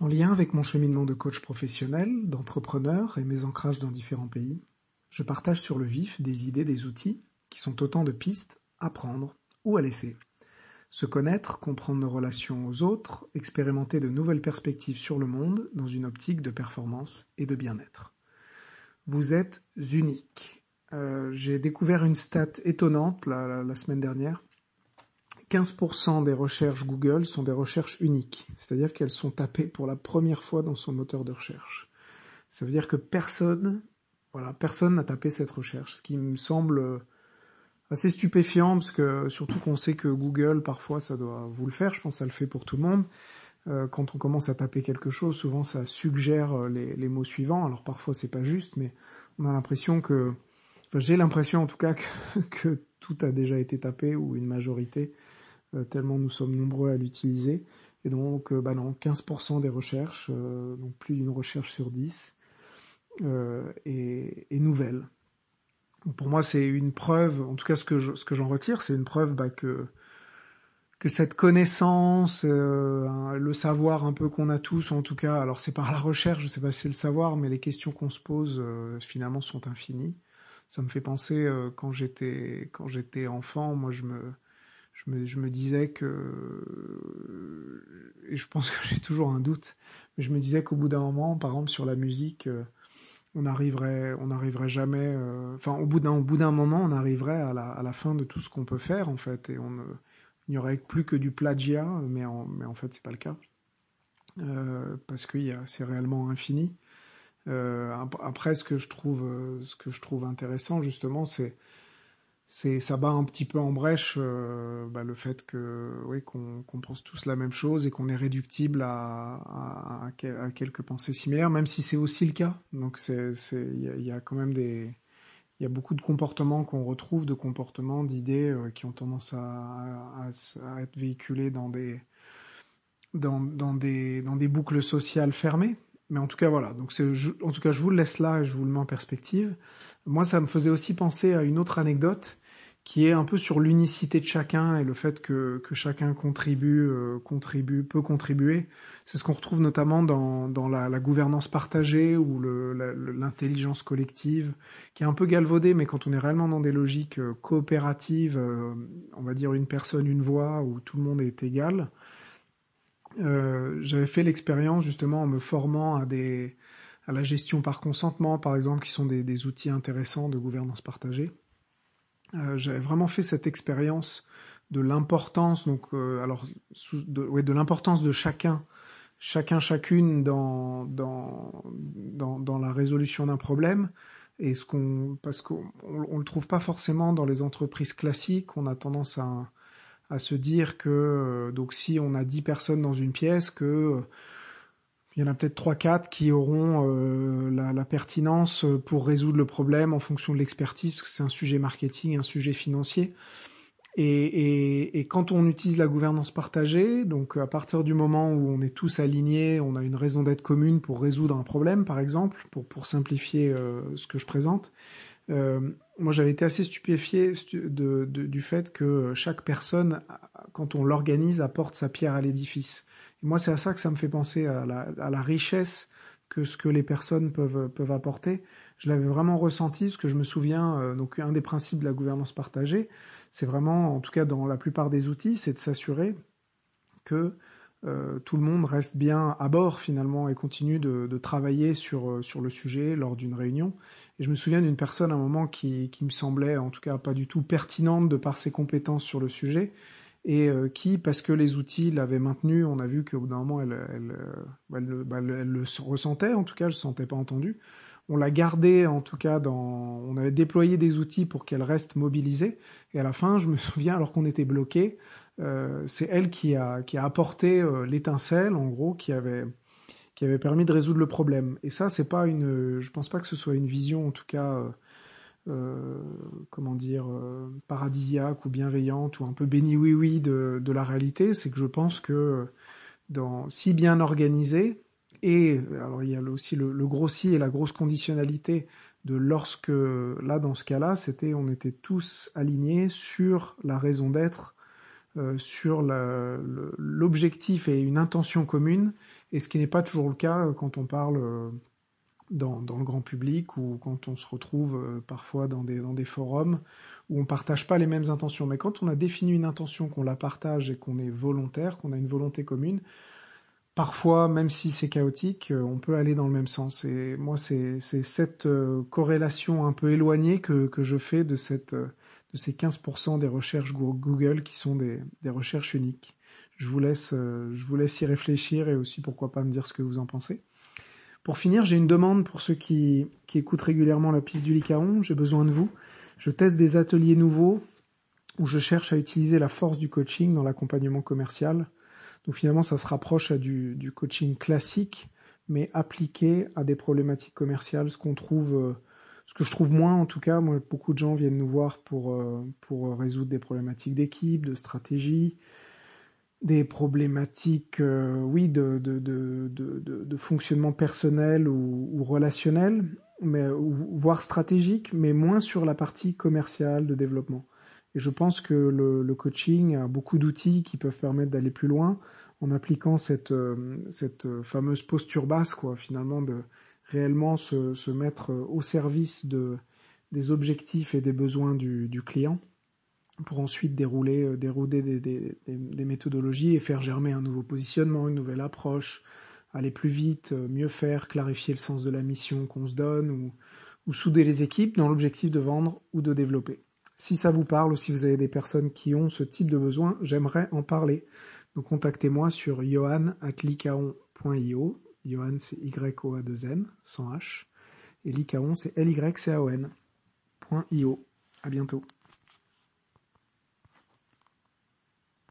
En lien avec mon cheminement de coach professionnel, d'entrepreneur et mes ancrages dans différents pays, je partage sur le vif des idées, des outils qui sont autant de pistes à prendre ou à laisser. Se connaître, comprendre nos relations aux autres, expérimenter de nouvelles perspectives sur le monde dans une optique de performance et de bien-être. Vous êtes unique. J'ai découvert une stat étonnante la semaine dernière. 15% des recherches Google sont des recherches uniques, c'est-à-dire qu'elles sont tapées pour la première fois dans son moteur de recherche. Ça veut dire que personne n'a tapé cette recherche, ce qui me semble assez stupéfiant, parce que surtout qu'on sait que Google, parfois, ça doit vous le faire, je pense que ça le fait pour tout le monde. Quand on commence à taper quelque chose, souvent ça suggère les mots suivants, alors parfois c'est pas juste, mais on a l'impression j'ai l'impression en tout cas que tout a déjà été tapé, ou une majorité, tellement nous sommes nombreux à l'utiliser. Et donc, non, 15% des recherches, donc plus d'une recherche sur 10, est nouvelle. Donc pour moi, c'est une preuve, en tout cas ce que j'en retire, c'est une preuve que cette connaissance, le savoir un peu qu'on a tous, en tout cas, alors c'est par la recherche, je sais pas si c'est le savoir, mais les questions qu'on se pose finalement sont infinies. Ça me fait penser quand j'étais enfant, moi je me disais et je pense que j'ai toujours un doute, mais je me disais qu'au bout d'un moment, par exemple sur la musique, on n'arriverait jamais, au bout d'un moment, on arriverait à la fin de tout ce qu'on peut faire, en fait, et il n'y aurait plus que du plagiat, mais en fait, c'est pas le cas, parce que c'est réellement infini. Après, ce que je trouve intéressant, justement, ça bat un petit peu en brèche le fait qu'on pense tous la même chose et qu'on est réductible à quelques pensées similaires, même si c'est aussi le cas. Donc il y a quand même il y a beaucoup de comportements qu'on retrouve, de comportements, d'idées qui ont tendance à être véhiculés dans des boucles sociales fermées. Mais en tout cas, voilà. Donc en tout cas, je vous le laisse là et je vous le mets en perspective. Moi, ça me faisait aussi penser à une autre anecdote qui est un peu sur l'unicité de chacun et le fait que chacun peut contribuer. C'est ce qu'on retrouve notamment dans la gouvernance partagée ou l'intelligence collective, qui est un peu galvaudée, mais quand on est réellement dans des logiques coopératives, on va dire une personne, une voix, où tout le monde est égal. J'avais fait l'expérience justement en me formant à la gestion par consentement, par exemple, qui sont des outils intéressants de gouvernance partagée. J'avais vraiment fait cette expérience de l'importance, de l'importance de chacune dans la résolution d'un problème, parce qu'on le trouve pas forcément dans les entreprises classiques. On a tendance à se dire que donc si on a 10 personnes dans une pièce, il y en a peut-être 3-4 qui auront la pertinence pour résoudre le problème en fonction de l'expertise, parce que c'est un sujet marketing, un sujet financier. Et quand on utilise la gouvernance partagée, donc à partir du moment où on est tous alignés, on a une raison d'être commune pour résoudre un problème, par exemple, pour simplifier ce que je présente. Moi, j'avais été assez stupéfié du fait que chaque personne, quand on l'organise, apporte sa pierre à l'édifice. Et moi, c'est à ça que ça me fait penser, à la richesse que ce que les personnes peuvent apporter. Je l'avais vraiment ressenti, parce que je me souviens, donc un des principes de la gouvernance partagée, c'est vraiment, en tout cas dans la plupart des outils, c'est de s'assurer que tout le monde reste bien à bord finalement et continue de travailler sur le sujet lors d'une réunion. Et je me souviens d'une personne à un moment qui me semblait en tout cas pas du tout pertinente de par ses compétences sur le sujet, et qui, parce que les outils l'avaient maintenue, on a vu qu'au bout d'un moment elle le ressentait, en tout cas elle se sentait pas entendue. On l'a gardée, en tout cas on avait déployé des outils pour qu'elle reste mobilisée, et à la fin je me souviens, alors qu'on était bloqués, c'est elle qui a apporté l'étincelle, en gros, qui avait permis de résoudre le problème. Et ça, c'est pas je pense pas que ce soit une vision, en tout cas, paradisiaque ou bienveillante ou un peu béni oui de la réalité. C'est que je pense que si bien organisé, et alors il y a aussi le gros si et la grosse conditionnalité de lorsque, là, dans ce cas-là, on était tous alignés sur la raison d'être, sur l'objectif et une intention commune, et ce qui n'est pas toujours le cas quand on parle dans le grand public ou quand on se retrouve parfois dans des forums où on partage pas les mêmes intentions. Mais quand on a défini une intention, qu'on la partage et qu'on est volontaire, qu'on a une volonté commune, parfois, même si c'est chaotique, on peut aller dans le même sens. Et moi, c'est cette corrélation un peu éloignée que je fais de ces 15% des recherches Google qui sont des recherches uniques. Je vous laisse y réfléchir et aussi pourquoi pas me dire ce que vous en pensez. Pour finir, j'ai une demande pour ceux qui écoutent régulièrement la piste du Lycaon. J'ai besoin de vous. Je teste des ateliers nouveaux où je cherche à utiliser la force du coaching dans l'accompagnement commercial. Donc finalement, ça se rapproche à du coaching classique, mais appliqué à des problématiques commerciales, ce que je trouve moins en tout cas. Moi, beaucoup de gens viennent nous voir pour résoudre des problématiques d'équipe, de stratégie, des problématiques, oui, de fonctionnement personnel ou relationnel, mais voire stratégique, mais moins sur la partie commerciale de développement. Et je pense que le coaching a beaucoup d'outils qui peuvent permettre d'aller plus loin en appliquant cette fameuse posture basse, quoi, finalement, de réellement se mettre au service des objectifs et des besoins du client, pour ensuite dérouler des méthodologies et faire germer un nouveau positionnement, une nouvelle approche, aller plus vite, mieux faire, clarifier le sens de la mission qu'on se donne ou souder les équipes dans l'objectif de vendre ou de développer. Si ça vous parle ou si vous avez des personnes qui ont ce type de besoin, j'aimerais en parler. Donc contactez-moi sur yohan@lycaon.io. Yohan, c'est Y-O-A-2-N, sans H. Et Lycaon, c'est Lycaon.io. À bientôt.